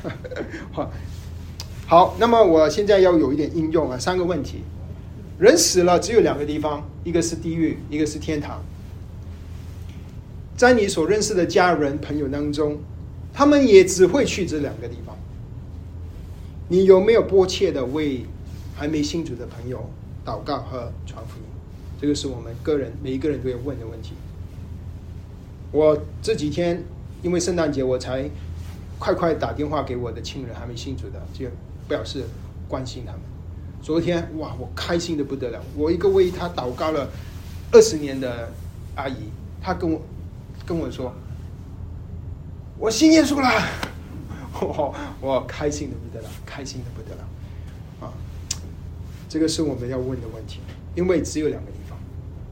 [SPEAKER 1] 好，那么我现在要有一点应用3个问题。人死了只有2个地方，一个是地狱，一个是天堂。在你所认识的家人朋友当中，他们也只会去这2个地方。你有没有迫切的为还没信主的朋友祷告和传福音？这个是我们每一个人都要问的问题。我这几天因为圣诞节，我才快打电话给我的亲人还没信主的，就表示关心他们。昨天哇，我开心的不得了。我一个为他祷告了20年的阿姨，她跟我说，我信耶稣了。我开心的不得了，开心的不得了。这个是我们要问的问题，因为只有2个地方，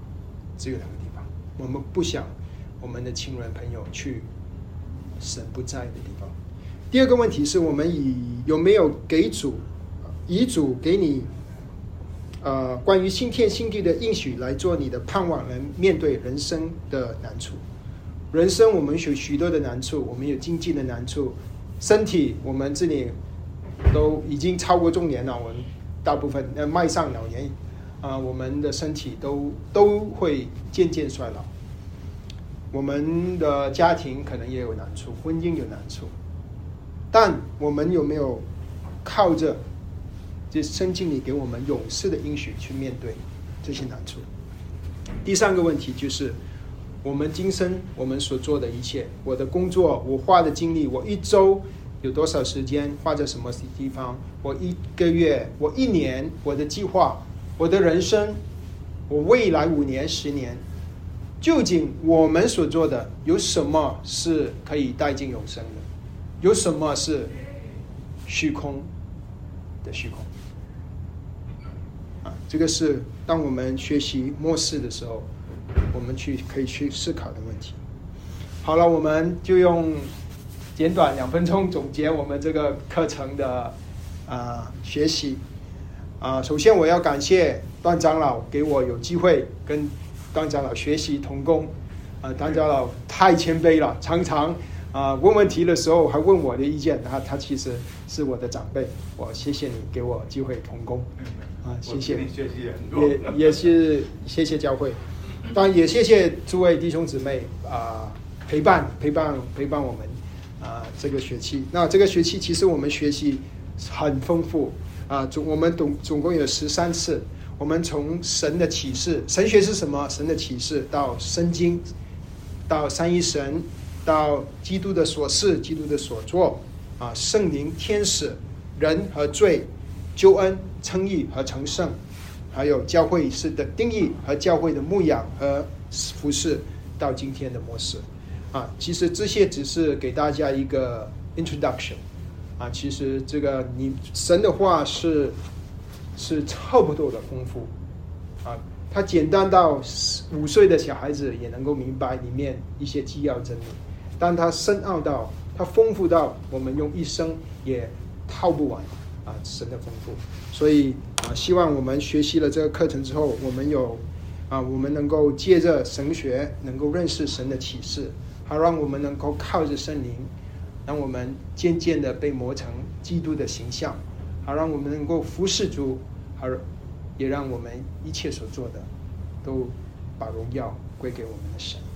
[SPEAKER 1] 我们不想我们的亲人朋友去神不在的地方。第2个问题是我们有没有遗嘱给你关于新天新地的应许来做你的盼望，来面对人生的难处。人生我们有许多的难处，我们有经济的难处，身体我们这里都已经超过中年了，我们大部分迈上老年，我们的身体都会渐渐衰老。我们的家庭可能也有难处，婚姻有难处，但我们有没有靠着这圣经里给我们永世的应许去面对这些难处？第3个问题就是我们今生我们所做的一切，我的工作，我花的精力，我1周有多少时间花在什么地方，我1个月，我1年，我的计划，我的人生，我未来5年10年，究竟我们所做的有什么是可以带进永生的？有什么是虚空的虚空？这个是当我们学习末世的时候，我们可以去思考的问题。好了，我们就用简短2分钟总结我们这个课程的学习。首先我要感谢段长老给我有机会跟段长老学习同工。段长老太谦卑了，常常问问题的时候还问我的意见，他其实是我的长辈。我谢谢你给我机会同工。谢谢，也是谢谢教会，当然也谢谢诸位弟兄姊妹陪伴我们这个学期。那这个学期其实我们学习很丰富我们总共有13次。我们从神的启示，神学是什么？神的启示到圣经，到三一神，到基督的所事、基督的所作圣灵、天使、人和罪、救恩。 称义和成圣，还有教会式的定义和教会的牧养和服事到今天的模式其实这些只是给大家一个 introduction其实这个你神的话是差不多的丰富它简单到5岁的小孩子也能够明白里面一些基要真理，但它深奥到它丰富到我们用一生也套不完神的丰富。所以希望我们学习了这个课程之后，我们能够借着神学能够认识神的启示，好让我们能够靠着圣灵，让我们渐渐的被磨成基督的形象，好让我们能够服侍主，好也让我们一切所做的都把荣耀归给我们的神。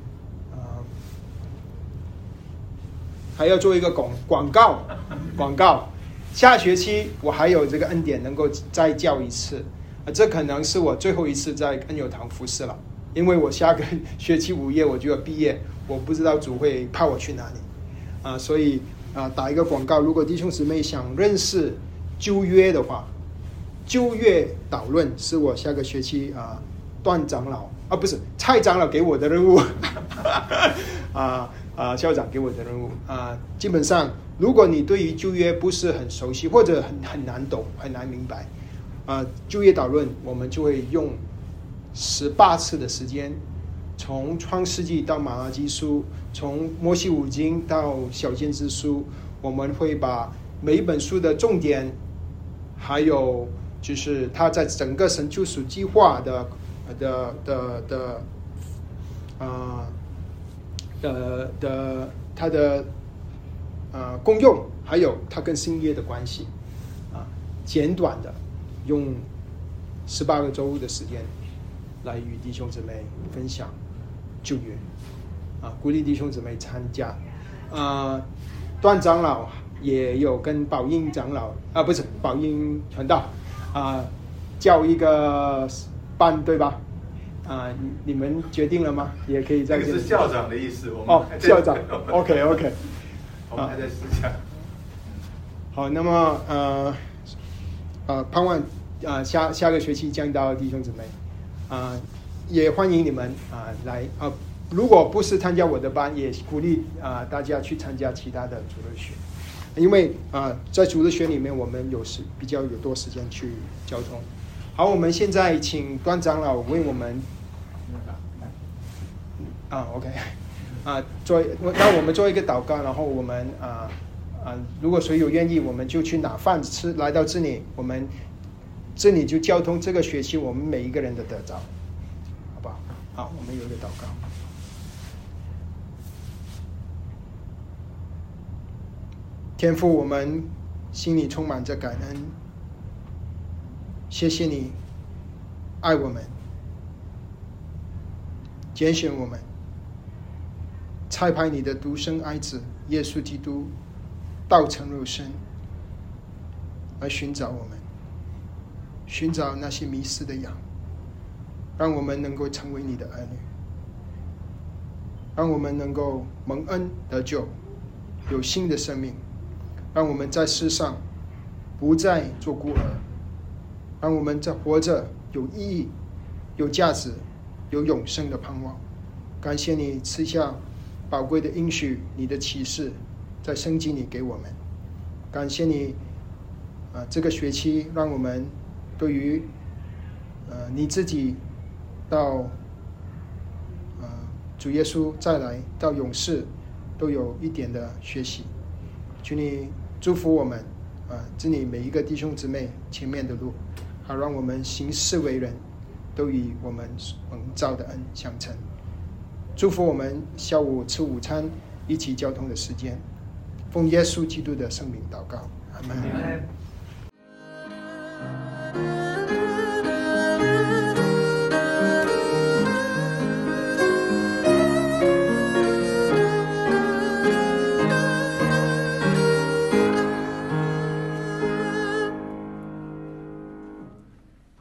[SPEAKER 1] 还要做一个广告，下学期我还有这个恩典能够再教一次这可能是我最后一次在恩友堂服侍了，因为我下个学期5月我就要毕业，我不知道主会派我去哪里所以打一个广告，如果弟兄姊妹想认识旧约的话，旧约导论是我下个学期段长老不是蔡长老给我的任务校长给我的任务基本上如果你对于旧约不是很熟悉或者很难懂很难明白旧约导论我们就会用18次的时间，从创世纪到马拉基书，从摩西五经到小先知书，我们会把每一本书的重点，还有就是它在整个神救赎计划的它的功用，还有它跟新约的关系简短的用18个周的时间来与弟兄姊妹分享旧约鼓励弟兄姊妹参加段长老也有跟宝英长老不是宝英传道教一个班对吧你们决定了吗？也可以在这里。
[SPEAKER 2] 这是校长的意思。
[SPEAKER 1] 校长 OK
[SPEAKER 2] 我们还在思想
[SPEAKER 1] 好，那么盼望下个学期见到弟兄姊妹也欢迎你们来如果不是参加我的班，也鼓励大家去参加其他的主日学，因为在主日学里面我们比较有多时间去交通。好，我们现在请段长老为我们OK 那我们做一个祷告，然后我们如果谁有愿意，我们就去拿饭吃，来到这里，我们这里就交通这个学期我们每一个人的得着，好不好？好，我们有一个祷告。天父，我们心里充满着感恩，谢谢你爱我们，拣选我们，差派你的独生爱子耶稣基督道成肉身，来寻找我们，寻找那些迷失的羊，让我们能够成为你的儿女，让我们能够蒙恩得救，有新的生命，让我们在世上不再做孤儿，让我们在活着有意义、有价值、有永生的盼望。感谢你赐下宝贵的应许，你的启示在圣经里给我们。感谢你这个学期让我们对于你自己到主耶稣再来到永世都有一点的学习。求你祝福我们指你每一个弟兄姊妹前面的路，好让我们行事为人都与我们蒙召的恩相称。祝福我们下午吃午餐一起交通的时间，奉耶稣基督的圣名祷告，阿们。